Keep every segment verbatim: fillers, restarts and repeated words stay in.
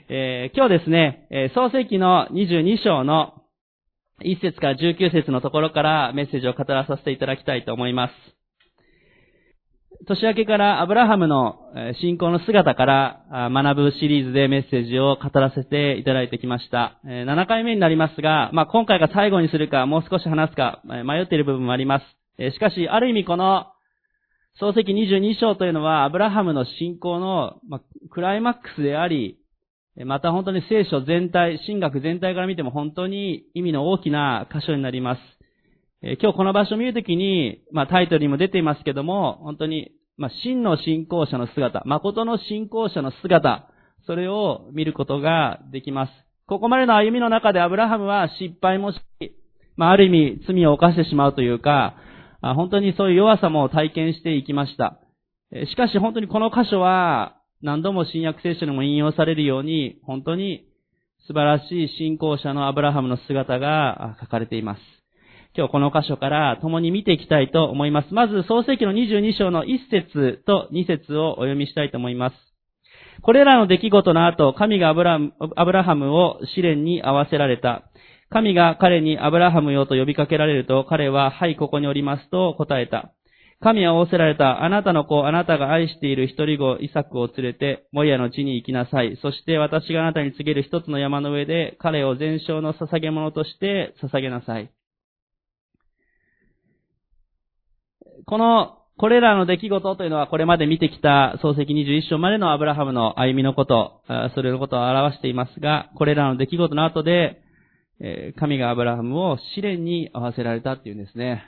えー、今日ですね、えー、創世記のにじゅうに章のいっ節からじゅうきゅう節のところからメッセージを語らさせていただきたいと思います。年明けからアブラハムの信仰の姿から学ぶシリーズでメッセージを語らせていただいてきました。ななかいめになりますが、まあ、今回が最後にするかもう少し話すか迷っている部分もあります。しかし、ある意味この創世記にじゅうに章というのはアブラハムの信仰のクライマックスであり、また本当に聖書全体、神学全体から見ても本当に意味の大きな箇所になります。今日この場所を見るときに、まあタイトルにも出ていますけども、本当に、まあ真の信仰者の姿、誠の信仰者の姿、それを見ることができます。ここまでの歩みの中でアブラハムは失敗もし、まあある意味罪を犯してしまうというか、本当にそういう弱さも体験していきました。しかし本当にこの箇所は何度も新約聖書にも引用されるように、本当に素晴らしい信仰者のアブラハムの姿が書かれています。今日この箇所から共に見ていきたいと思います。まず創世記のにじゅうに章のいっ節とに節をお読みしたいと思います。これらの出来事の後、神がアブラ、アブラハムを試練に合わせられた。神が彼にアブラハムよと呼びかけられると、彼ははい、ここにおりますと答えた。神は仰せられた。あなたの子、あなたが愛している一人子イサクを連れてモリアの地に行きなさい。そして私があなたに告げる一つの山の上で彼を全焼の捧げ物として捧げなさい。この、これらの出来事というのはこれまで見てきた創世記にじゅういち章までのアブラハムの歩みのこと、それのことを表していますが、これらの出来事の後で、神がアブラハムを試練に合わせられたっていうんですね。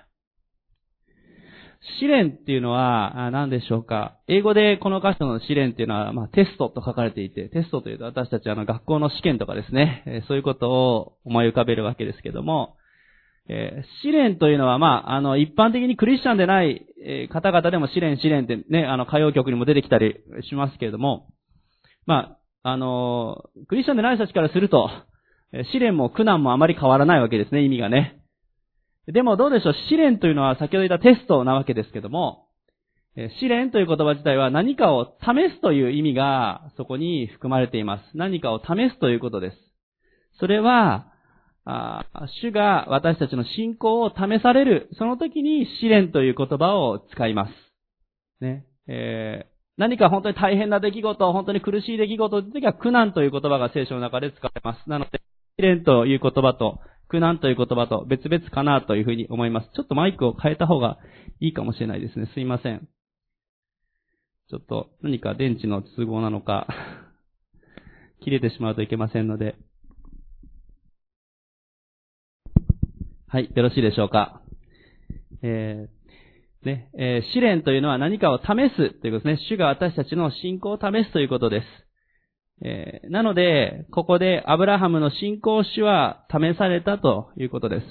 試練っていうのは何でしょうか。英語でこの箇所の試練っていうのは、まあ、テストと書かれていて、テストというと私たちはあの学校の試験とかですね、そういうことを思い浮かべるわけですけども、えー、試練というのは、まあ、あの、一般的にクリスチャンでない、えー、方々でも試練試練ってね、あの、歌謡曲にも出てきたりしますけれども、まあ、あのー、クリスチャンでない人たちからすると、えー、試練も苦難もあまり変わらないわけですね、意味がね。でもどうでしょう、試練というのは先ほど言ったテストなわけですけども、えー、試練という言葉自体は何かを試すという意味がそこに含まれています。何かを試すということです。それは、あ主が私たちの信仰を試される、その時に試練という言葉を使います。ね。えー、何か本当に大変な出来事、本当に苦しい出来事という時は苦難という言葉が聖書の中で使われます。なので、試練という言葉と苦難という言葉と別々かなというふうに思います。ちょっとマイクを変えた方がいいかもしれないですね。すいません。ちょっと何か電池の都合なのか、切れてしまうといけませんので。はい、よろしいでしょうか。えー、ね、えー、試練というのは何かを試すということですね。主が私たちの信仰を試すということです。えー、なので、ここでアブラハムの信仰主は試されたということです。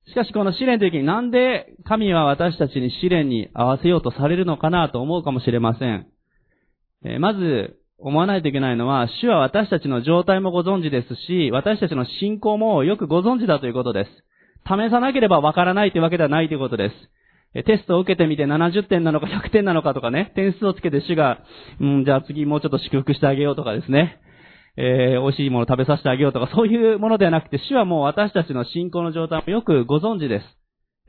しかしこの試練という時になんで神は私たちに試練に合わせようとされるのかなと思うかもしれません。えー、まず、思わないといけないのは、主は私たちの状態もご存知ですし、私たちの信仰もよくご存知だということです。試さなければわからないというわけではないということです。テストを受けてみてななじゅってんなのかひゃくてんなのかとかね、点数をつけて主が、うん、じゃあ次もうちょっと祝福してあげようとかですね、えー、美味しいもの食べさせてあげようとか、そういうものではなくて、主はもう私たちの信仰の状態もよくご存知です。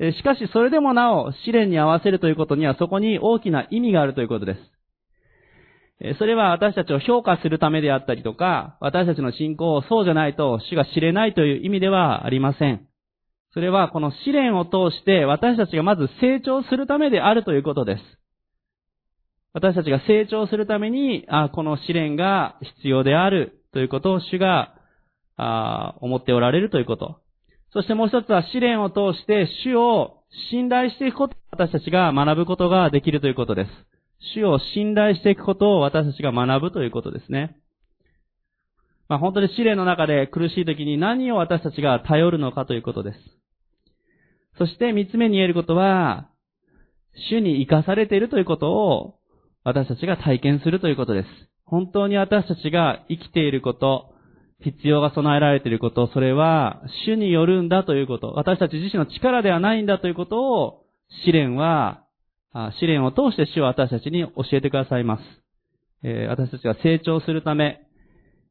しかしそれでもなお試練に合わせるということにはそこに大きな意味があるということです。それは私たちを評価するためであったりとか、私たちの信仰をそうじゃないと主が知れないという意味ではありません。それはこの試練を通して私たちがまず成長するためであるということです。私たちが成長するために、あこの試練が必要であるということを主があ思っておられるということ。そしてもう一つは試練を通して主を信頼していくことを私たちが学ぶことができるということです。主を信頼していくことを私たちが学ぶということですね。まあ本当に試練の中で苦しい時に何を私たちが頼るのかということです。そして三つ目に言えることは、主に生かされているということを私たちが体験するということです。本当に私たちが生きていること、必要が備えられていること、それは主によるんだということ、私たち自身の力ではないんだということを試練は試練を通して主は私たちに教えてくださいます。えー、私たちが成長するため、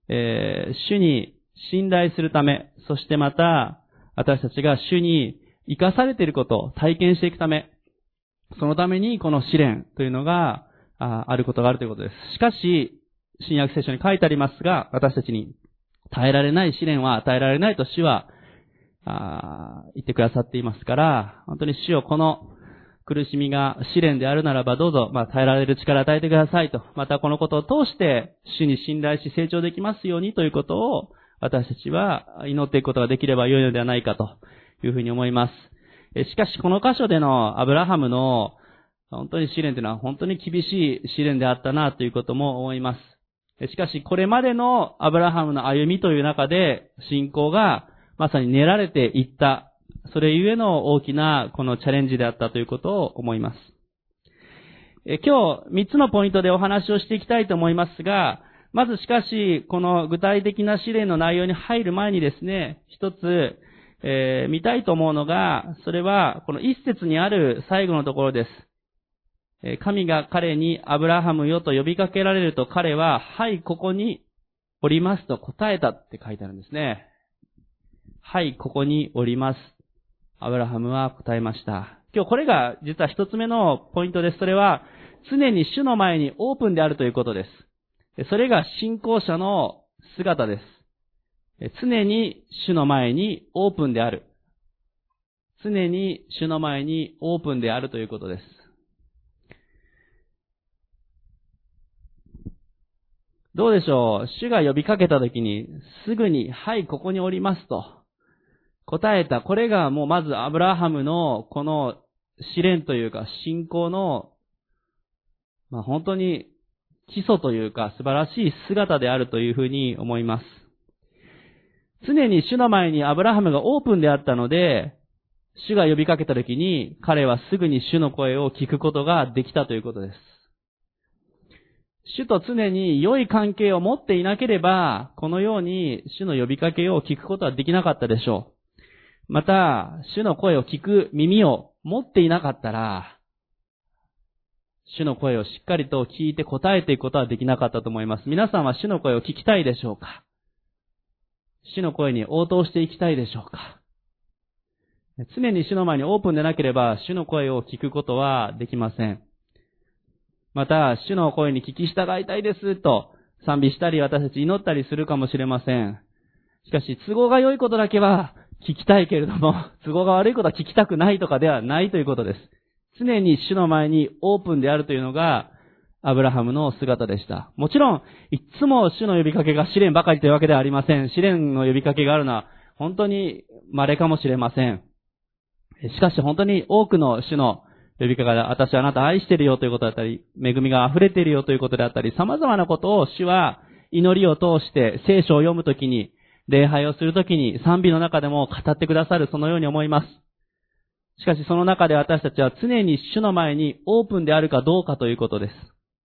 えー、主に信頼するため、そしてまた、私たちが主に生かされていることを体験していくため、そのためにこの試練というのが あ, あることがあるということです。しかし、新約聖書に書いてありますが、私たちに耐えられない試練は与えられないと主はあ言ってくださっていますから、本当に主よ、この苦しみが試練であるならばどうぞ、まあ、耐えられる力を与えてくださいと。またこのことを通して主に信頼し成長できますようにということを私たちは祈っていくことができれば良いのではないかというふうに思います。しかしこの箇所でのアブラハムの本当に試練というのは本当に厳しい試練であったなということも思います。しかしこれまでのアブラハムの歩みという中で信仰がまさに練られていった、それゆえの大きなこのチャレンジであったということを思います。え今日みっつのポイントでお話をしていきたいと思いますが、まずしかしこの具体的な試練の内容に入る前にですね、一つ、えー、見たいと思うのが、それはこの一節にある最後のところです。神が彼にアブラハムよと呼びかけられると彼は、はい、ここにおりますと答えたって書いてあるんですね。はい、ここにおります。アブラハムは答えました。今日これが実は一つ目のポイントです。それは常に主の前にオープンであるということです。それが信仰者の姿です。常に主の前にオープンである。常に主の前にオープンであるということです。どうでしょう。主が呼びかけたときにすぐに、はい、ここにおりますと答えた。これがもうまずアブラハムのこの試練というか信仰の、まあ本当に基礎というか素晴らしい姿であるというふうに思います。常に主の前にアブラハムがオープンであったので、主が呼びかけたときに彼はすぐに主の声を聞くことができたということです。主と常に良い関係を持っていなければ、このように主の呼びかけを聞くことはできなかったでしょう。また、主の声を聞く耳を持っていなかったら、主の声をしっかりと聞いて答えていくことはできなかったと思います。皆さんは主の声を聞きたいでしょうか？主の声に応答していきたいでしょうか？常に主の前にオープンでなければ、主の声を聞くことはできません。また、主の声に聞き従いたいですと賛美したり私たち祈ったりするかもしれません。しかし、都合が良いことだけは聞きたいけれども、都合が悪いことは聞きたくないとかではないということです。常に主の前にオープンであるというのがアブラハムの姿でした。もちろん、いつも主の呼びかけが試練ばかりというわけではありません。試練の呼びかけがあるのは本当に稀かもしれません。しかし本当に多くの主の呼びかけが、私はあなた愛しているよということだったり、恵みが溢れているよということであったり、様々なことを主は祈りを通して聖書を読むときに、礼拝をするときに賛美の中でも語ってくださる、そのように思います。しかしその中で私たちは常に主の前にオープンであるかどうかということです。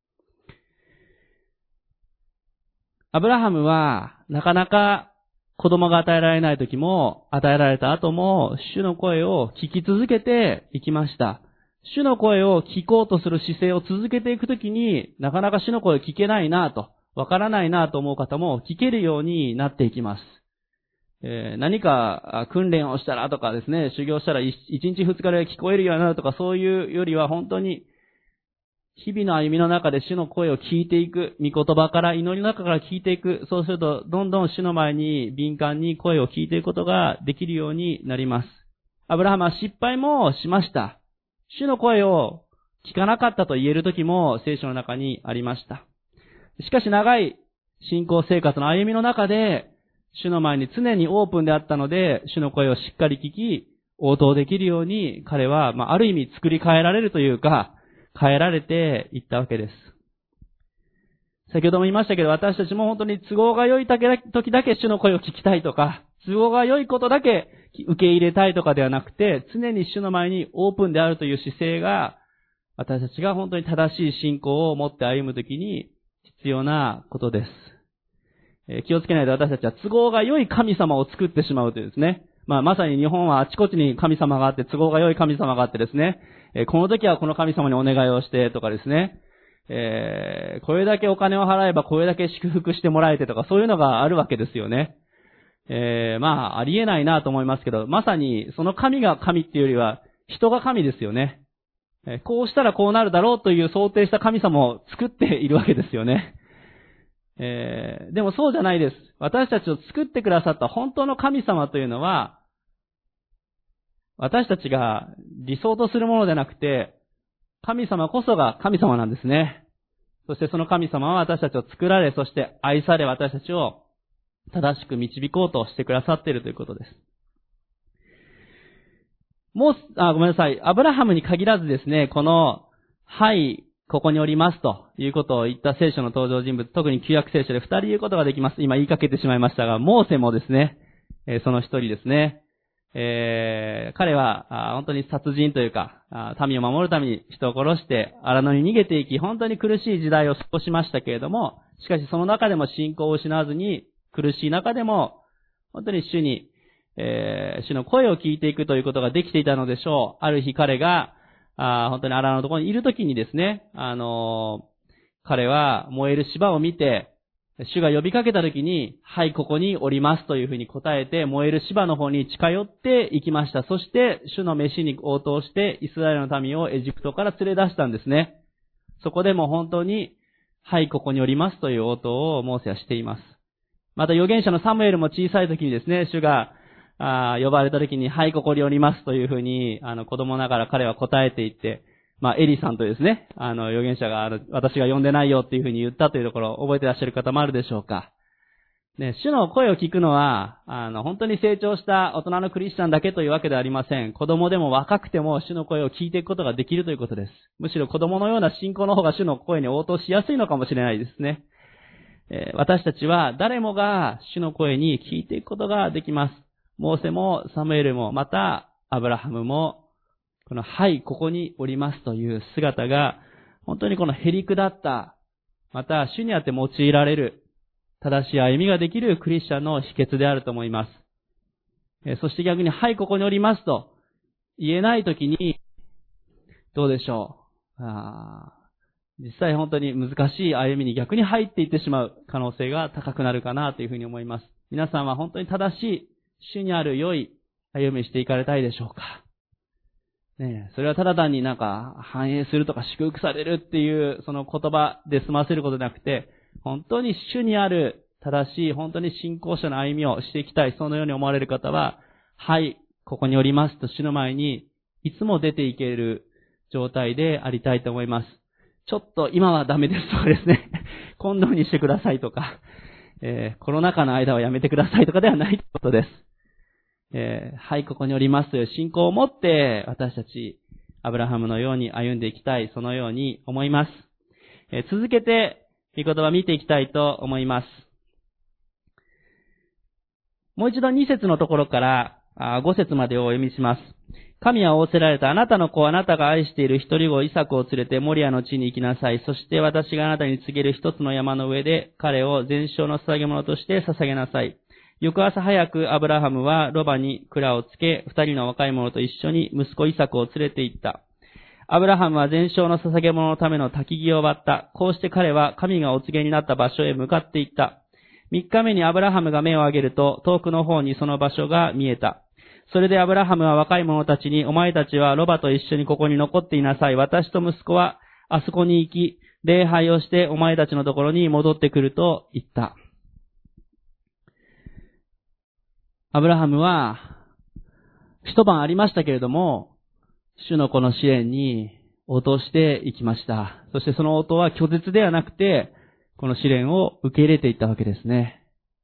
アブラハムはなかなか子供が与えられないときも、与えられた後も主の声を聞き続けていきました。主の声を聞こうとする姿勢を続けていくときに、なかなか主の声を聞けないなと、わからないなと思う方も聞けるようになっていきます。えー、何か訓練をしたらとかですね、修行したらいちにちふつかで聞こえるようになるとか、そういうよりは本当に日々の歩みの中で主の声を聞いていく、御言葉から祈りの中から聞いていく、そうするとどんどん主の前に敏感に声を聞いていくことができるようになります。アブラハムは失敗もしました。主の声を聞かなかったと言える時も聖書の中にありました。しかし長い信仰生活の歩みの中で、主の前に常にオープンであったので、主の声をしっかり聞き、応答できるように彼は、まあ、ある意味作り変えられるというか、変えられていったわけです。先ほども言いましたけど、私たちも本当に都合が良い時だけ主の声を聞きたいとか、都合が良いことだけ受け入れたいとかではなくて、常に主の前にオープンであるという姿勢が、私たちが本当に正しい信仰を持って歩むときに必要なことです。えー、気をつけないと私たちは都合が良い神様を作ってしまうというですね。まあまさに日本はあちこちに神様があって、都合が良い神様があってですね。えー、この時はこの神様にお願いをしてとかですね。 えー、これだけお金を払えばこれだけ祝福してもらえてとか、そういうのがあるわけですよね。えー、まあ、ありえないなと思いますけど、まさにその神が神っていうよりは、人が神ですよね。えー、こうしたらこうなるだろうという想定した神様を作っているわけですよね。えー、でもそうじゃないです。私たちを作ってくださった本当の神様というのは、私たちが理想とするものでなくて、神様こそが神様なんですね。そしてその神様は私たちを作られ、そして愛され私たちを正しく導こうとしてくださっているということです。もう、あ、ごめんなさい。アブラハムに限らずですね、この、はい、ここにおりますということを言った聖書の登場人物、特に旧約聖書で二人言うことができます。今言いかけてしまいましたが、モーセもですね、えー、その一人ですね。えー、彼はあ本当に殺人というか、あ民を守るために人を殺して荒野に逃げていき、本当に苦しい時代を過ごしましたけれども、しかしその中でも信仰を失わずに、苦しい中でも、本当に主に、えー、主の声を聞いていくということができていたのでしょう。ある日彼が、あ本当に荒野のところにいるときにですね、あのー、彼は燃える芝を見て、主が呼びかけたときに、はい、ここにおりますというふうに答えて、燃える芝の方に近寄って行きました。そして、主の召しに応答して、イスラエルの民をエジプトから連れ出したんですね。そこでも本当に、はい、ここにおりますという応答をモーセはしています。また預言者のサムエルも小さい時にですね、主があ呼ばれた時に、はい、ここにおりますというふうに、あの子供ながら彼は答えていって、まあ、エリさんとですね、あの預言者が、あの私が呼んでないよっていうふうに言ったというところを覚えていらっしゃる方もあるでしょうか。ね、主の声を聞くのは、あの、本当に成長した大人のクリスチャンだけというわけではありません。子供でも若くても主の声を聞いていくことができるということです。むしろ子供のような信仰の方が主の声に応答しやすいのかもしれないですね。えー、私たちは誰もが主の声に聞いていくことができます。モーセもサムエルもまたアブラハムもこのはい、ここにおりますという姿が本当にこのへりくだった、また主にあって用いられる正しい歩みができるクリスチャンの秘訣であると思います。えー、そして逆にはい、ここにおりますと言えないときにどうでしょう。あ実際本当に難しい歩みに逆に入っていってしまう可能性が高くなるかなというふうに思います。皆さんは本当に正しい主にある良い歩みしていかれたいでしょうか。ねえ、それはただ単になんか繁栄するとか祝福されるっていうその言葉で済ませることでなくて、本当に主にある正しい本当に信仰者の歩みをしていきたい、そのように思われる方は、はい、ここにおりますと主の前にいつも出ていける状態でありたいと思います。ちょっと今はダメですとかですね、今度にしてくださいとか、えー、コロナ禍の間はやめてくださいとかではないということです。えー、はい、ここにおりますという信仰を持って私たちアブラハムのように歩んでいきたい、そのように思います。えー、続けて御言葉見ていきたいと思います。もう一度に節のところからご節までをお読みします。神は仰せられた。あなたの子、あなたが愛している一人子イサクを連れてモリアの地に行きなさい。そして私があなたに告げる一つの山の上で彼を全焼の捧げ物として捧げなさい。翌朝早くアブラハムはロバに蔵をつけ、二人の若い者と一緒に息子イサクを連れて行った。アブラハムは全焼の捧げ物のための焚き木を割った。こうして彼は神がお告げになった場所へ向かって行った。三日目にアブラハムが目を上げると、遠くの方にその場所が見えた。それでアブラハムは若い者たちに、お前たちはロバと一緒にここに残っていなさい。私と息子はあそこに行き、礼拝をしてお前たちのところに戻ってくると言った。アブラハムは、一晩ありましたけれども、主のこの試練に応答していきました。そしてその応答は拒絶ではなくて、この試練を受け入れていったわけですね。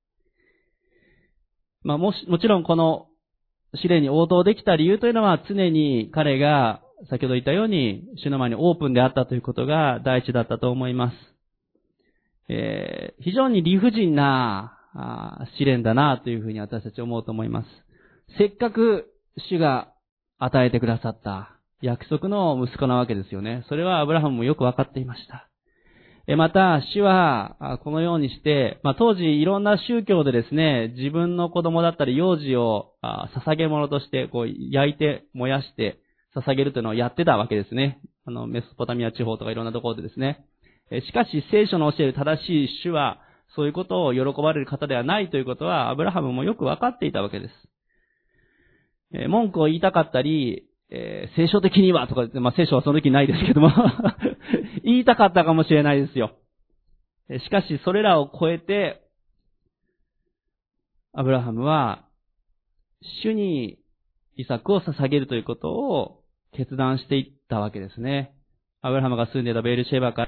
まあもし、もちろんこの試練に応答できた理由というのは常に彼が先ほど言ったように主の前にオープンであったということが第一だったと思います。えー、非常に理不尽な試練だなというふうに私たち思うと思います。せっかく主が与えてくださった約束の息子なわけですよね。それはアブラハムもよくわかっていました。また、主は、このようにして、まあ、当時いろんな宗教でですね、自分の子供だったり幼児を捧げ物として、こう、焼いて、燃やして、捧げるというのをやってたわけですね。あの、メソポタミア地方とかいろんなところでですね。 しかし聖書の教える正しい主は、そういうことを喜ばれる方ではないということは、アブラハムもよくわかっていたわけです。えー、文句を言いたかったり、えー、聖書的にはとか、まあ聖書はその時ないですけども、言いたかったかもしれないですよ。しかし、それらを超えて、アブラハムは、主にイサクを捧げるということを決断していったわけですね。アブラハムが住んでいたベールシェバから、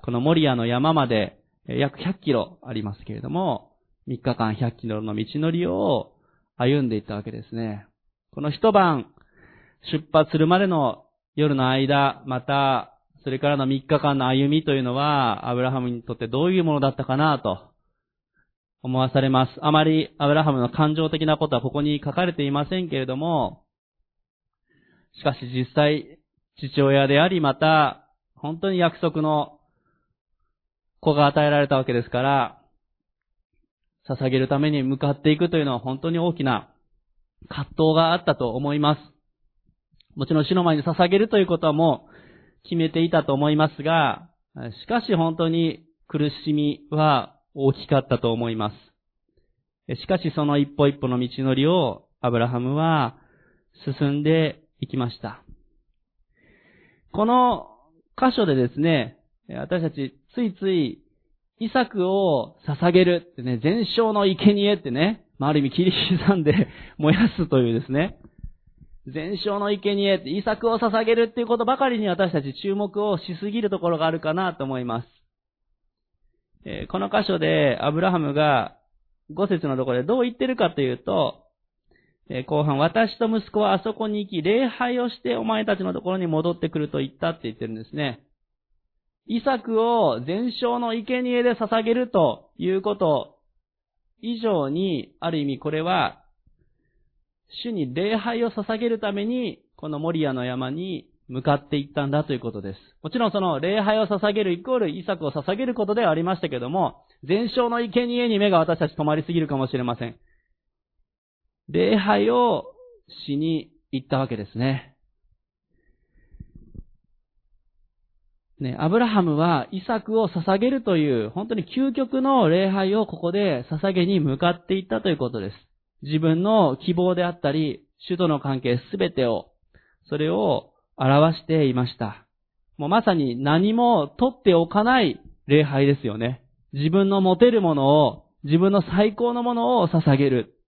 このモリアの山まで約ひゃっキロありますけれども、みっかかんひゃっキロの道のりを歩んでいったわけですね。この一晩出発するまでの夜の間、また、それからのみっかかんの歩みというのは、アブラハムにとってどういうものだったかなと思わされます。あまりアブラハムの感情的なことはここに書かれていませんけれども、しかし実際、父親であり、また、本当に約束の子が与えられたわけですから、捧げるために向かっていくというのは本当に大きな葛藤があったと思います。もちろん主の前に捧げるということはもう決めていたと思いますが、しかし本当に苦しみは大きかったと思います。しかしその一歩一歩の道のりをアブラハムは進んでいきました。この箇所でですね、私たちついついイサクを捧げるってね、全焼の生贄ってね、まあ、ある意味切り刻んで燃やすというですね、全焼の生贄ってイサクを捧げるっていうことばかりに私たち注目をしすぎるところがあるかなと思います。えー、この箇所でアブラハムがご節のところでどう言ってるかというと、えー、後半、私と息子はあそこに行き、礼拝をしてお前たちのところに戻ってくると言ったって言ってるんですね。イサクを全焼の生贄で捧げるということ以上に、ある意味これは、主に礼拝を捧げるために、このモリアの山に向かっていったんだということです。もちろんその礼拝を捧げるイコールイサクを捧げることではありましたけども、全焼の生贄に目が私たち止まりすぎるかもしれません。礼拝をしに行ったわけですね。ね、アブラハムはイサクを捧げるという本当に究極の礼拝をここで捧げに向かっていったということです。自分の希望であったり、主との関係すべてを、それを表していました。もうまさに何も取っておかない礼拝ですよね。自分の持てるものを、自分の最高のものを捧げる。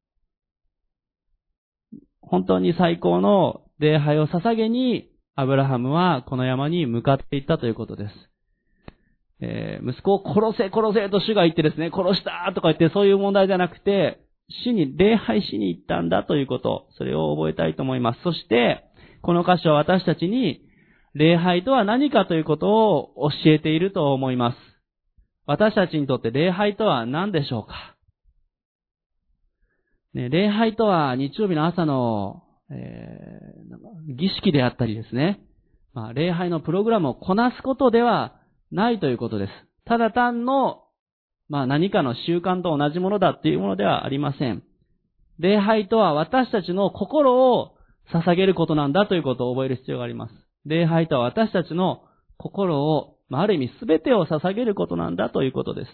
本当に最高の礼拝を捧げに、アブラハムはこの山に向かっていったということです。えー、息子を殺せ殺せと主が言ってですね、殺したとか言ってそういう問題じゃなくて、主に礼拝しに行ったんだということ、それを覚えたいと思います。そして、この箇所は私たちに、礼拝とは何かということを教えていると思います。私たちにとって礼拝とは何でしょうか、ね、礼拝とは日曜日の朝の、えー、儀式であったりですね、まあ、礼拝のプログラムをこなすことではないということです。ただ単のまあ何かの習慣と同じものだっていうものではありません。礼拝とは私たちの心を捧げることなんだということを覚える必要があります。礼拝とは私たちの心を、まあある意味すべてを捧げることなんだということです。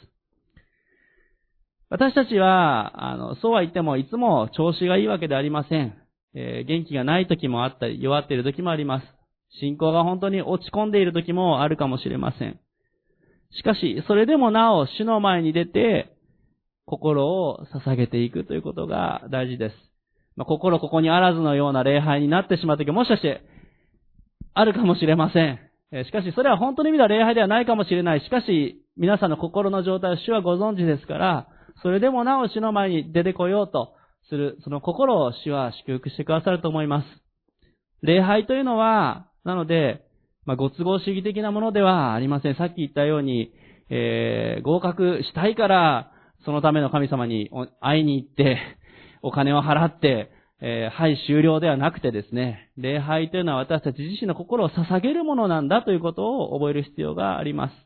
私たちは、あの、そうは言ってもいつも調子がいいわけではありません。えー、元気がない時もあったり、弱っている時もあります。信仰が本当に落ち込んでいる時もあるかもしれません。しかし、それでもなお、主の前に出て、心を捧げていくということが大事です。まあ、心ここにあらずのような礼拝になってしまうときもしかして、あるかもしれません。しかし、それは本当に見た礼拝ではないかもしれない。しかし、皆さんの心の状態を主はご存知ですから、それでもなお主の前に出てこようとする、その心を主は祝福してくださると思います。礼拝というのは、なので、まあ、ご都合主義的なものではありません。さっき言ったように、えー、合格したいから、そのための神様に会いに行って、お金を払って、えー、はい、終了ではなくてですね、礼拝というのは私たち自身の心を捧げるものなんだということを覚える必要があります。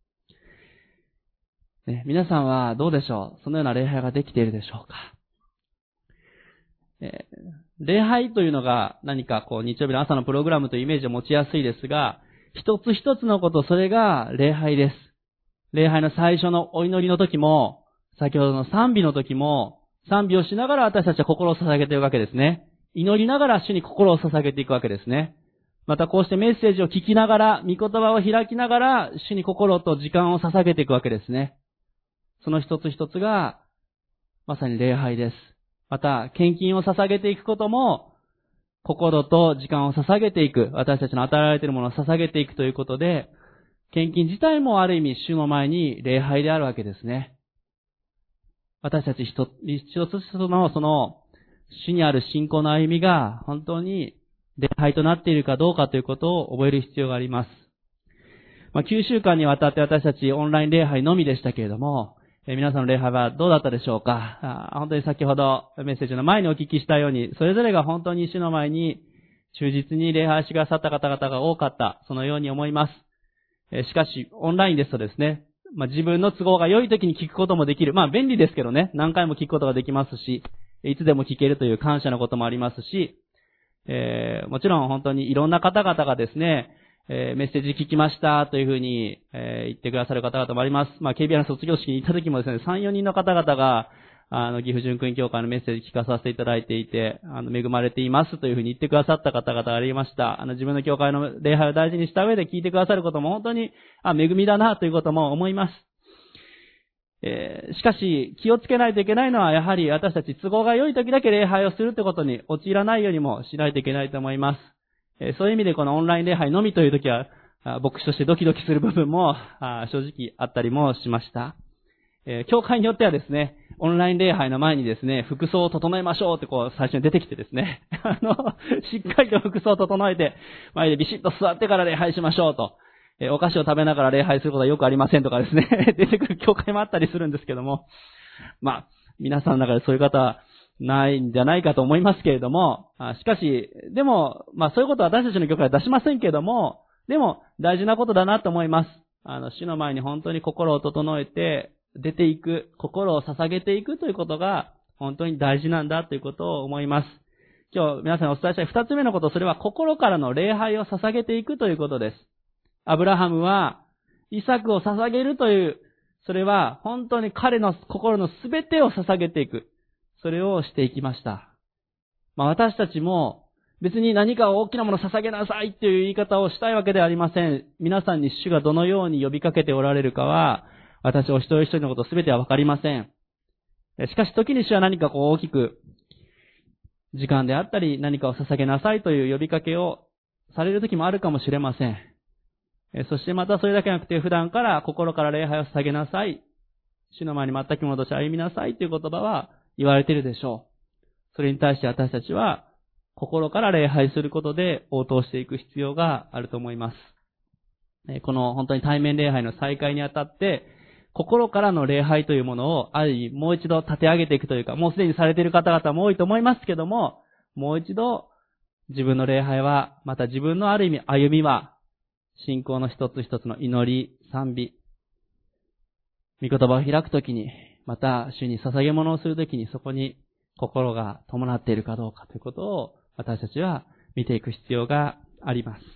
ね、皆さんはどうでしょう？そのような礼拝ができているでしょうか？えー礼拝というのが何かこう日曜日の朝のプログラムというイメージを持ちやすいですが、一つ一つのこと、それが礼拝です。 礼拝の最初のお祈りの時も、先ほどの賛美の時も、賛美をしながら私たちは心を捧げていくわけですね。祈りながら主に心を捧げていくわけですね。またこうしてメッセージを聞きながら、御言葉を開きながら、主に心と時間を捧げていくわけですね。その一つ一つが、まさに礼拝です。また、献金を捧げていくことも、心と時間を捧げていく、私たちの与えられているものを捧げていくということで、献金自体もある意味、主の前に礼拝であるわけですね。私たち一つ一つの、その、主にある信仰の歩みが、本当に礼拝となっているかどうかということを覚える必要があります。まあ、きゅうしゅうかんにわたって私たちオンライン礼拝のみでしたけれども、えー、皆さんの礼拝はどうだったでしょうか。あ本当に先ほどメッセージの前にお聞きしたように、それぞれが本当に主の前に忠実に礼拝してくださった方々が多かった、そのように思います。えー、しかし、オンラインですとですね、まあ、自分の都合が良い時に聞くこともできる。まあ、便利ですけどね、何回も聞くことができますし、いつでも聞けるという感謝のこともありますし、えー、もちろん本当にいろんな方々がですね、えー、メッセージ聞きましたというふうに、えー、言ってくださる方々もあります。まあ、ケービーアール の卒業式に行った時もですね、さん、よにんの方々が、あの、岐阜純福音教会のメッセージ聞かさせていただいていて、あの、恵まれていますというふうに言ってくださった方々がありました。あの、自分の教会の礼拝を大事にした上で聞いてくださることも本当に、あ、恵みだなということも思います。えー、しかし、気をつけないといけないのは、やはり私たち都合が良い時だけ礼拝をするということに陥らないようにもしないといけないと思います。えー、そういう意味でこのオンライン礼拝のみという時は、牧師としてドキドキする部分も正直あったりもしました。えー、教会によってはですね、オンライン礼拝の前にですね、服装を整えましょうってこう最初に出てきてですね、あの、しっかりと服装を整えて、前でビシッと座ってから礼拝しましょうと。えー、お菓子を食べながら礼拝することはよくありませんとかですね、出てくる教会もあったりするんですけども、まあ、皆さんの中でそういう方はないんじゃないかと思いますけれども、しかし、でも、まあそういうことは私たちの教会は出しませんけれども、でも大事なことだなと思います。あの、主の前に本当に心を整えて出ていく、心を捧げていくということが本当に大事なんだということを思います。今日皆さんにお伝えしたい二つ目のこと、それは心からの礼拝を捧げていくということです。アブラハムはイサクを捧げるという、それは本当に彼の心のすべてを捧げていく。それをしていきました。まあ私たちも別に何か大きなものを捧げなさいという言い方をしたいわけではありません。皆さんに主がどのように呼びかけておられるかは、私お一人一人のことすべてはわかりません。しかし時に主は何かこう大きく、時間であったり何かを捧げなさいという呼びかけをされる時もあるかもしれません。そしてまたそれだけじゃなくて普段から心から礼拝を捧げなさい。主の前に全くものとして歩みなさいという言葉は言われているでしょう。それに対して私たちは心から礼拝することで応答していく必要があると思います。この本当に対面礼拝の再開にあたって、心からの礼拝というものをある意味もう一度立て上げていくというか、もうすでにされている方々も多いと思いますけども、もう一度自分の礼拝は、また自分のある意味歩みは、信仰の一つ一つの祈り、賛美、御言葉を開くときに、また主に捧げ物をするときにそこに心が伴っているかどうかということを私たちは見ていく必要があります。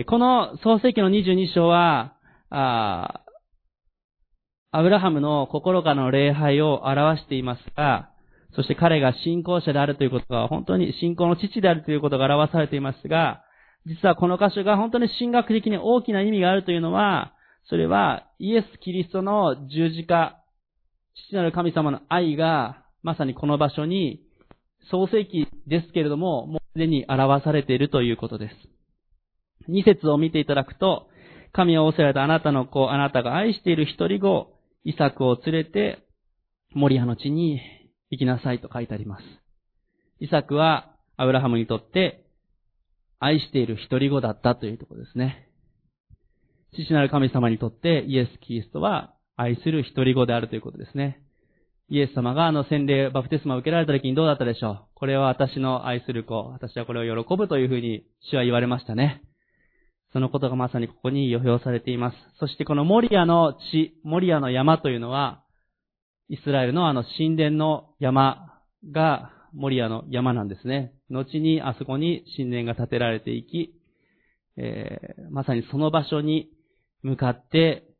この創世記のにじゅうに章は、あアブラハムの心からの礼拝を表していますが、そして彼が信仰者であるということは本当に信仰の父であるということが表されていますが、実はこの箇所が本当に神学的に大きな意味があるというのは、それはイエス・キリストの十字架、父なる神様の愛がまさにこの場所に創世記ですけれども、もうすでに表されているということです。二節を見ていただくと、神は仰せられたあなたの子、あなたが愛している一人子、イサクを連れて、モリアの地に行きなさいと書いてあります。イサクはアブラハムにとって愛している一人子だったというところですね。父なる神様にとってイエス・キリストは愛する一人子であるということですね。イエス様があの洗礼バプテスマを受けられた時にどうだったでしょう。これは私の愛する子、私はこれを喜ぶというふうに主は言われましたね。そのことがまさにここに予表されています。そしてこのモリアの地、モリアの山というのは、イスラエルのあの神殿の山がモリアの山なんですね。後にあそこに神殿が建てられていき、えー、まさにその場所に向かって、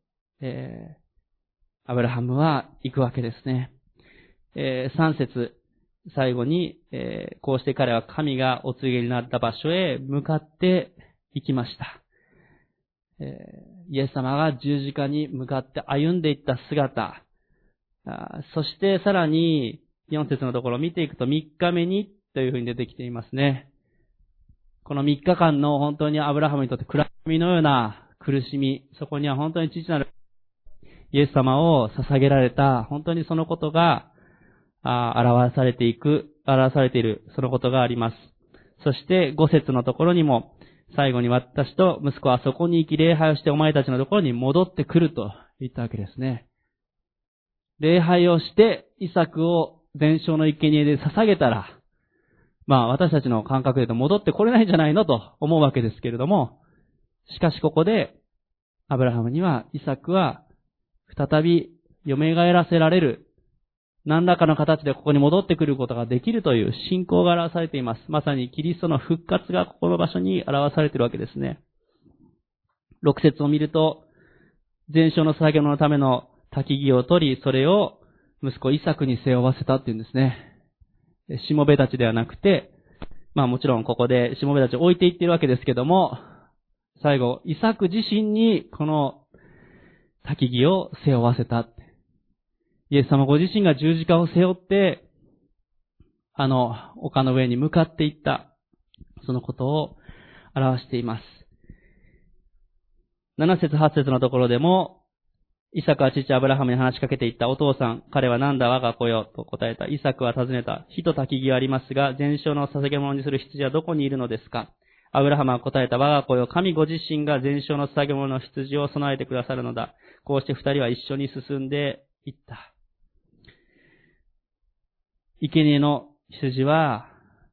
えー、アブラハムは行くわけですね。えー、さん節、最後に、えー、こうして彼は神がお告げになった場所へ向かって行きました。えー、イエス様が十字架に向かって歩んでいった姿、あそしてさらによん節のところを見ていくとみっかめにというふうに出てきていますね。このみっかかんの本当にアブラハムにとって暗闇のような苦しみ、そこには本当に父なるイエス様を捧げられた、本当にそのことがあ表されていく、表されている、そのことがあります。そしてご節のところにも、最後に私と息子はそこに行き礼拝をしてお前たちのところに戻ってくると言ったわけですね。礼拝をして、イサクを全焼の生贄で捧げたら、まあ私たちの感覚で言うと戻ってこれないんじゃないのと思うわけですけれども、しかしここで、アブラハムには、イサクは再び蘇らせられる、何らかの形でここに戻ってくることができるという信仰が表されています。まさにキリストの復活がここの場所に表されているわけですね。ろく節を見ると、全焼の捧げ物のための焚き木を取り、それを息子イサクに背負わせたっていうんですね。しもべたちではなくて、まあもちろんここでしもべたちを置いていっているわけですけども、最後、イサク自身にこの焚き木を背負わせた。イエス様ご自身が十字架を背負って、あの丘の上に向かっていった、そのことを表しています。なな節はち節のところでも、イサクは父アブラハムに話しかけていった。お父さん、彼はなんだ我が子よと答えた。イサクは尋ねた。火と焚き木はありますが、全焼の捧げ物にする羊はどこにいるのですか？アブラハムは答えた。我が子よ、神ご自身が全焼の捧げ物の羊を備えてくださるのだ。こうして二人は一緒に進んでいった。生贄の羊は、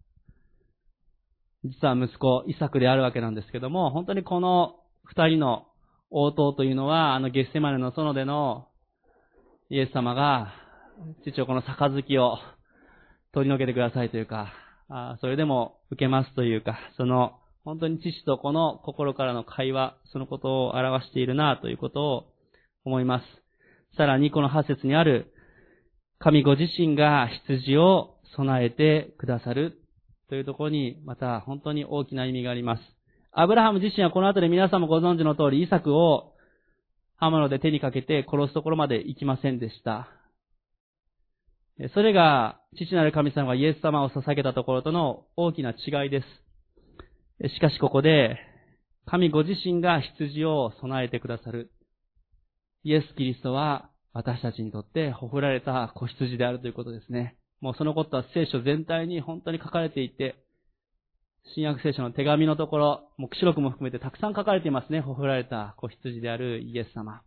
実は息子イサクであるわけなんですけども、本当にこの二人の応答というのは、あのゲッセマネの園でのイエス様が、父をこの杯を取り除けてくださいというか、あそれでも受けますというか、その本当に父と子の心からの会話、そのことを表しているなということを思います。さらにこのはち節にある、神ご自身が羊を備えてくださるというところに、また本当に大きな意味があります。アブラハム自身はこの後で皆さんもご存知の通り、イサクを刃物で手にかけて殺すところまで行きませんでした。それが父なる神様がイエス様を捧げたところとの大きな違いです。しかしここで、神ご自身が羊を備えてくださる。イエス・キリストは私たちにとってほふられた子羊であるということですね。もうそのことは聖書全体に本当に書かれていて、新約聖書の手紙のところ、黙示録も含めてたくさん書かれていますね。ほふられた子羊であるイエス様。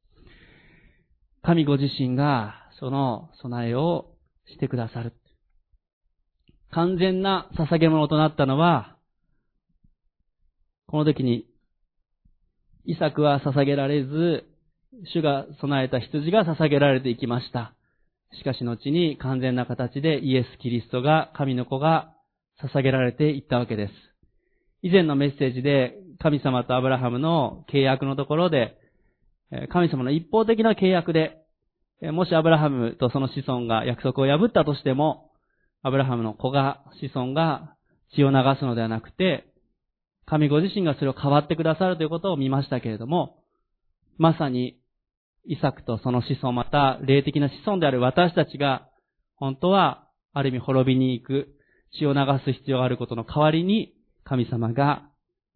神ご自身がその備えをしてくださる。完全な捧げ物となったのは、この時にイサクは捧げられず、主が備えた羊が捧げられていきました。しかし後に完全な形でイエス・キリストが、神の子が捧げられていったわけです。以前のメッセージで神様とアブラハムの契約のところで、神様の一方的な契約で、もしアブラハムとその子孫が約束を破ったとしても、アブラハムの子が、子孫が血を流すのではなくて、神ご自身がそれを代わってくださるということを見ましたけれども、まさにイサクとその子孫、また霊的な子孫である私たちが、本当はある意味滅びに行く、血を流す必要があることの代わりに、神様が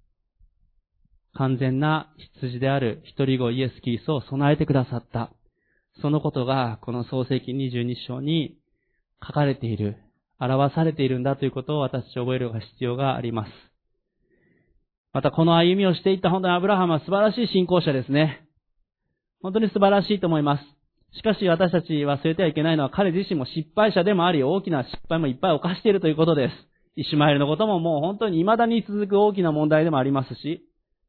完全な羊である一人子イエス・キリストを備えてくださった。そのことがこの創世記にじゅうに章に書かれている、表されているんだということを私たち覚える必要があります。またこの歩みをしていった本当にアブラハムは素晴らしい信仰者ですね。本当に素晴らしいと思います。しかし私たち忘れてはいけないのは、彼自身も失敗者でもあり、大きな失敗もいっぱい犯しているということです。イシュマエルのことももう本当に未だに続く大きな問題でもありますし、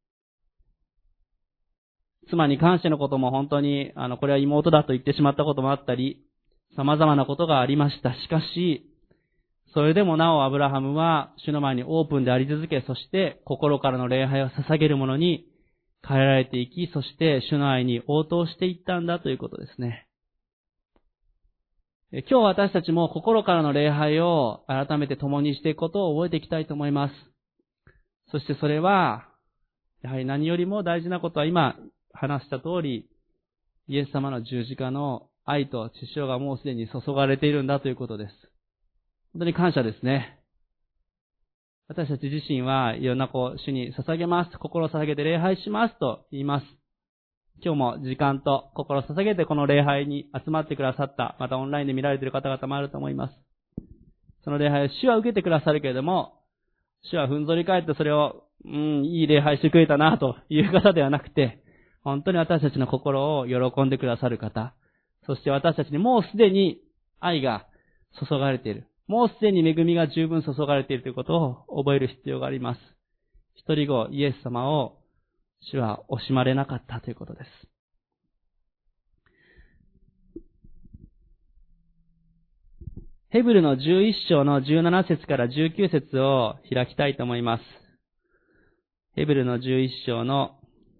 妻に関してのことも本当に、あの、これは妹だと言ってしまったこともあったり、様々なことがありました。しかし、それでもなおアブラハムは主の前にオープンであり続け、そして心からの礼拝を捧げる者に変えられていき、そして主の愛に応答していったんだということですね。今日私たちも心からの礼拝を改めて共にしていくことを覚えていきたいと思います。そしてそれは、やはり何よりも大事なことは今話した通り、イエス様の十字架の愛と血潮がもうすでに注がれているんだということです。本当に感謝ですね。私たち自身はいろんなこう主に捧げます。心を捧げて礼拝しますと言います。今日も時間と心を捧げてこの礼拝に集まってくださった、またオンラインで見られている方々もあると思います。その礼拝を主は受けてくださるけれども、主はふんぞり返ってそれを、うん、いい礼拝してくれたなという方ではなくて、本当に私たちの心を喜んでくださる方、そして私たちにもうすでに愛が注がれている。もうすでに恵みが十分注がれているということを覚える必要があります。一人子イエス様を主は惜しまれなかったということです。ヘブルのじゅういっ章のじゅうなな節からじゅうきゅう節を開きたいと思います。ヘブルのじゅういっ章の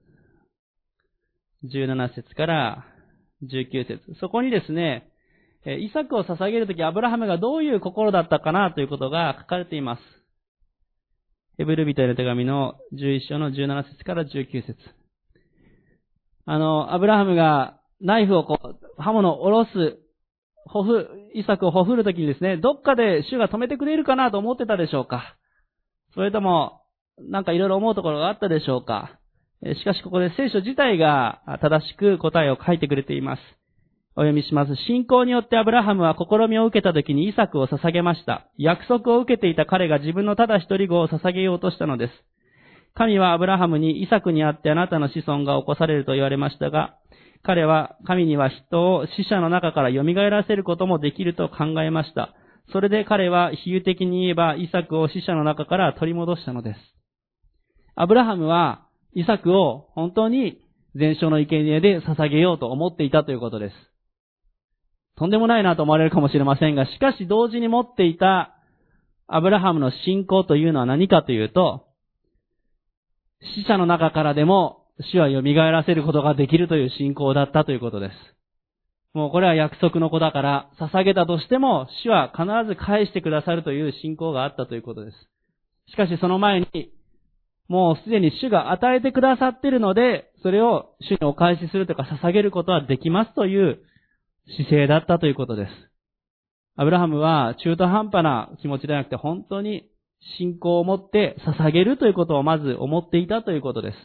じゅうなな節からじゅうきゅう節。そこにですね、イサクを捧げるときアブラハムがどういう心だったかなということが書かれています。ヘブル人への手紙のじゅういっ章のじゅうなな節からじゅうきゅう節。あの、アブラハムがナイフをこう、刃物を下ろす、ほふ、イサクをほふるときにですね、どっかで主が止めてくれるかなと思ってたでしょうか。それとも、なんかいろいろ思うところがあったでしょうか。しかしここで聖書自体が正しく答えを書いてくれています。お読みします。信仰によってアブラハムは試みを受けたときにイサクを捧げました。約束を受けていた彼が自分のただ一人子を捧げようとしたのです。神はアブラハムにイサクにあってあなたの子孫が起こされると言われましたが、彼は神には人を死者の中から蘇らせることもできると考えました。それで彼は比喩的に言えばイサクを死者の中から取り戻したのです。アブラハムはイサクを本当に全焼の生贄で捧げようと思っていたということです。とんでもないなと思われるかもしれませんが、しかし同時に持っていたアブラハムの信仰というのは何かというと、死者の中からでも主は蘇らせることができるという信仰だったということです。もうこれは約束の子だから、捧げたとしても主は必ず返してくださるという信仰があったということです。しかしその前に、もうすでに主が与えてくださっているので、それを主にお返しするとか捧げることはできますという姿勢だったということです。アブラハムは中途半端な気持ちではなくて本当に信仰を持って捧げるということをまず思っていたということです。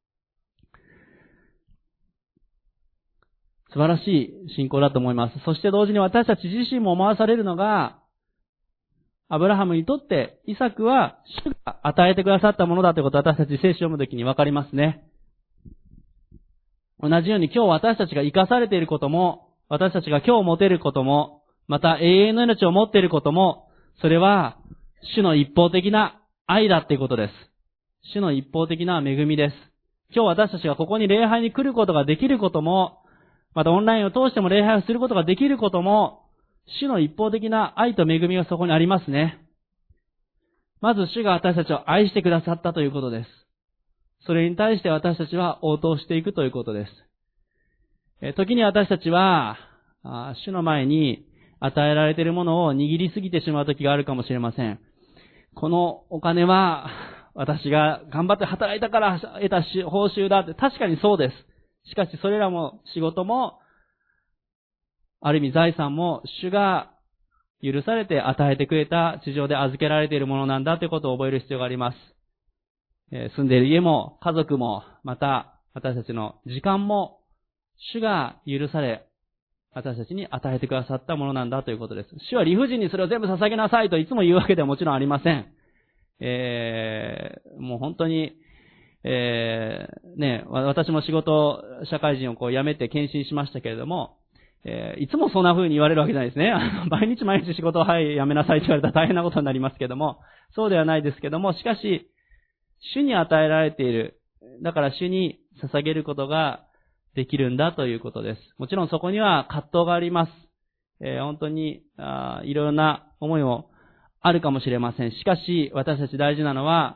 素晴らしい信仰だと思います。そして同時に私たち自身も思わされるのが、アブラハムにとってイサクは主が与えてくださったものだということを私たち聖書を読むときに分かりますね。同じように今日私たちが生かされていることも、私たちが今日持てることも、また永遠の命を持っていることも、それは主の一方的な愛だっていうことです。主の一方的な恵みです。今日私たちがここに礼拝に来ることができることも、またオンラインを通しても礼拝をすることができることも、主の一方的な愛と恵みがそこにありますね。まず主が私たちを愛してくださったということです。それに対して私たちは応答していくということです。時に私たちは、主の前に与えられているものを握りすぎてしまう時があるかもしれません。このお金は私が頑張って働いたから得た報酬だって、確かにそうです。しかしそれらも仕事も、ある意味財産も主が許されて与えてくれた地上で預けられているものなんだということを覚える必要があります。住んでいる家も家族も、また私たちの時間も主が許され、私たちに与えてくださったものなんだということです。主は理不尽にそれを全部捧げなさいといつも言うわけではもちろんありません。えー、もう本当に、えー、ね、私も仕事、社会人をこう辞めて献身しましたけれども、えー、いつもそんな風に言われるわけじゃないですね。毎日毎日仕事をはい辞めなさいと言われたら大変なことになりますけども、そうではないですけども、しかし主に与えられている、だから主に捧げることができるんだということです。もちろんそこには葛藤があります。えー、本当にあいろいろな思いもあるかもしれません。しかし私たち大事なのは、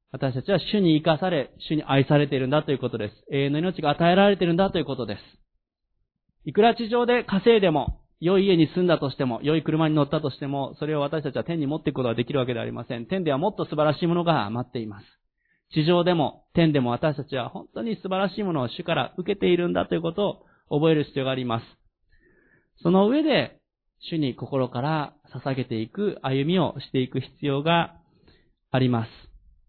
私たちは主に生かされ、主に愛されているんだということです。永遠の命が与えられているんだということです。いくら地上で稼いでも、良い家に住んだとしても、良い車に乗ったとしても、それを私たちは天に持っていくことができるわけではありません。天ではもっと素晴らしいものが待っています。地上でも天でも私たちは本当に素晴らしいものを主から受けているんだということを覚える必要があります。その上で、主に心から捧げていく歩みをしていく必要があります。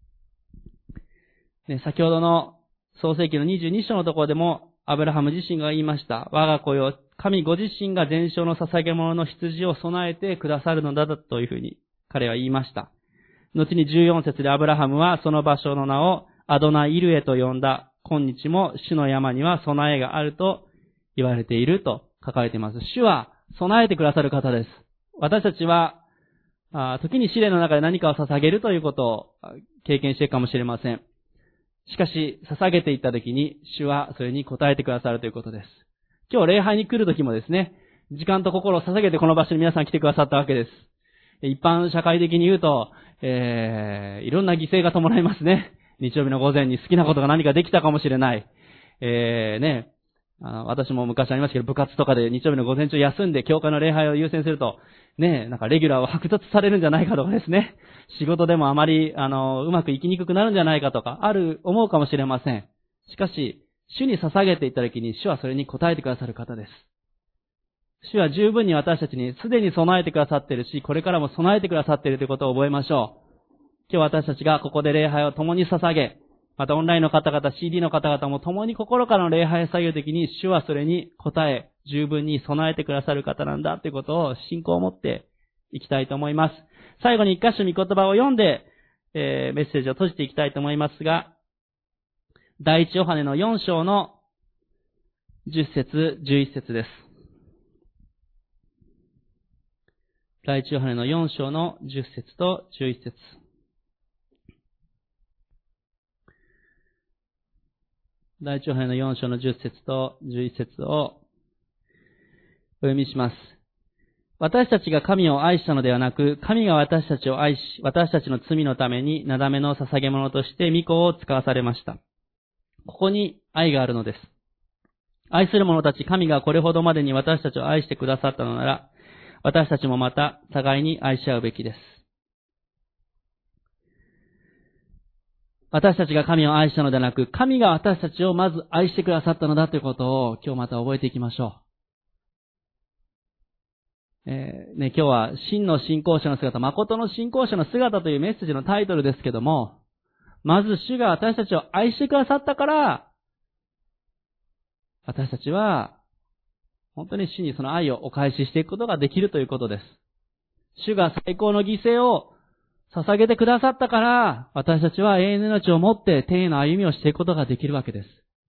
ね、先ほどの創世記のにじゅうに章のところでも、アブラハム自身が言いました。我が子よ、神ご自身が全焼の捧げ物の羊を備えてくださるのだというふうに彼は言いました。後にじゅうよん節でアブラハムはその場所の名をアドナイルエと呼んだ。今日も主の山には備えがあると言われていると書かれています。主は備えてくださる方です。私たちは、あ時に試練の中で何かを捧げるということを経験しているかもしれません。しかし、捧げていったときに、主はそれに応えてくださるということです。今日礼拝に来るときもですね、時間と心を捧げてこの場所に皆さん来てくださったわけです。一般社会的に言うと、えー、いろんな犠牲が伴いますね。日曜日の午前に好きなことが何かできたかもしれない。えー、ね、あの私も昔ありましたけど、部活とかで日曜日の午前中休んで教会の礼拝を優先すると、ね、なんかレギュラーを剥奪されるんじゃないかとかですね。仕事でもあまり、あの、うまくいきにくくなるんじゃないかとか、ある、思うかもしれません。しかし、主に捧げていったときに、主はそれに応えてくださる方です。主は十分に私たちにすでに備えてくださっているし、これからも備えてくださっているということを覚えましょう。今日私たちがここで礼拝を共に捧げ、またオンラインの方々、シーディー の方々も共に心からの礼拝を捧げるときに、主はそれに応え、十分に備えてくださる方なんだということを信仰を持っていきたいと思います。最後に一箇所御言葉を読んで、えー、メッセージを閉じていきたいと思いますが、第一ヨハネのよん章のじゅっ節、じゅういち節です。第一ヨハネのよん章のじゅっ節とじゅういち節。第一ヨハネのよん章のじゅっ節とじゅういち節をお読みします。私たちが神を愛したのではなく、神が私たちを愛し、私たちの罪のためになだめの捧げ物として御子を使わされました。ここに愛があるのです。愛する者たち、神がこれほどまでに私たちを愛してくださったのなら、私たちもまた互いに愛し合うべきです。私たちが神を愛したのではなく、神が私たちをまず愛してくださったのだということを今日また覚えていきましょう。えー、ね、今日は真の信仰者の姿、誠の信仰者の姿というメッセージのタイトルですけども、まず主が私たちを愛してくださったから、私たちは本当に主にその愛をお返ししていくことができるということです。主が最高の犠牲を捧げてくださったから、私たちは永遠の命を持って天への歩みをしていくことができるわけです。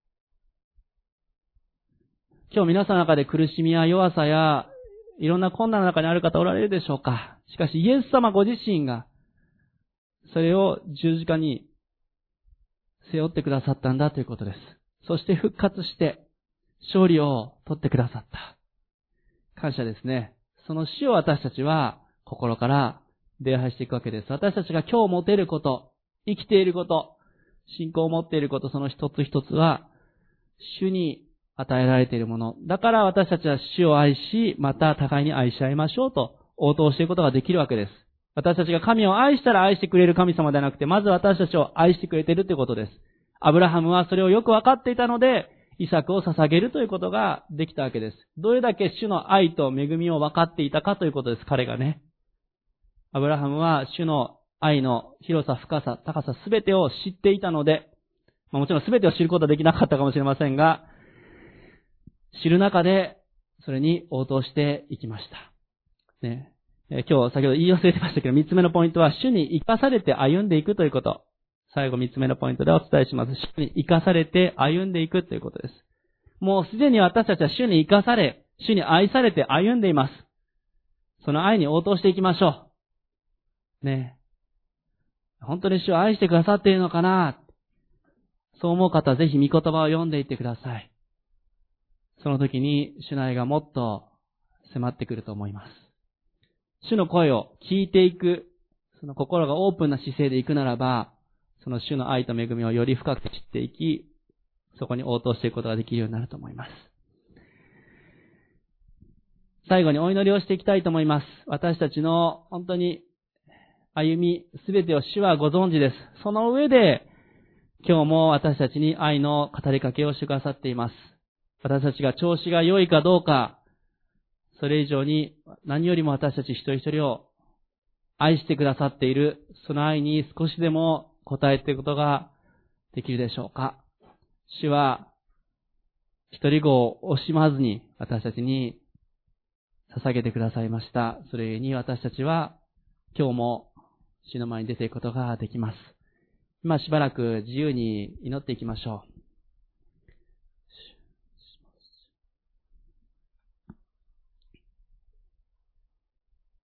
今日皆さんの中で苦しみや弱さやいろんな困難の中にある方おられるでしょうか。しかしイエス様ご自身がそれを十字架に背負ってくださったんだということです。そして復活して勝利を取ってくださった。感謝ですね。その死を私たちは心から礼拝していくわけです。私たちが今日持てること、生きていること、信仰を持っていること、その一つ一つは主に与えられているもの。だから私たちは主を愛し、また互いに愛し合いましょうと応答していくことができるわけです。私たちが神を愛したら愛してくれる神様ではなくて、まず私たちを愛してくれているということです。アブラハムはそれをよくわかっていたので、イサクを捧げるということができたわけです。どれだけ主の愛と恵みを分かっていたかということです、彼がね。アブラハムは主の愛の広さ、深さ、高さすべてを知っていたので、まあ、もちろんすべてを知ることはできなかったかもしれませんが、知る中でそれに応答していきました。ね、え今日先ほど言い忘れてましたけど、三つ目のポイントは主に生かされて歩んでいくということ。最後三つ目のポイントでお伝えします。主に生かされて歩んでいくということです。もうすでに私たちは主に生かされ、主に愛されて歩んでいます。その愛に応答していきましょう。ね。本当に主を愛してくださっているのかな？そう思う方はぜひ御言葉を読んでいってください。その時に主の愛がもっと迫ってくると思います。主の声を聞いていく、その心がオープンな姿勢でいくならば、 その主の愛と恵みをより深く知っていき、そこに応答していくことができるようになると思います。最後にお祈りをしていきたいと思います。私たちの本当に歩み、すべてを主はご存知です。その上で、今日も私たちに愛の語りかけをしてくださっています。私たちが調子が良いかどうか、それ以上に何よりも私たち一人一人を愛してくださっている、その愛に少しでも応えていくことができるでしょうか。主は一人子を惜しまずに私たちに捧げてくださいました。それゆえに私たちは今日も主の前に出ていくことができます。今しばらく自由に祈っていきましょう。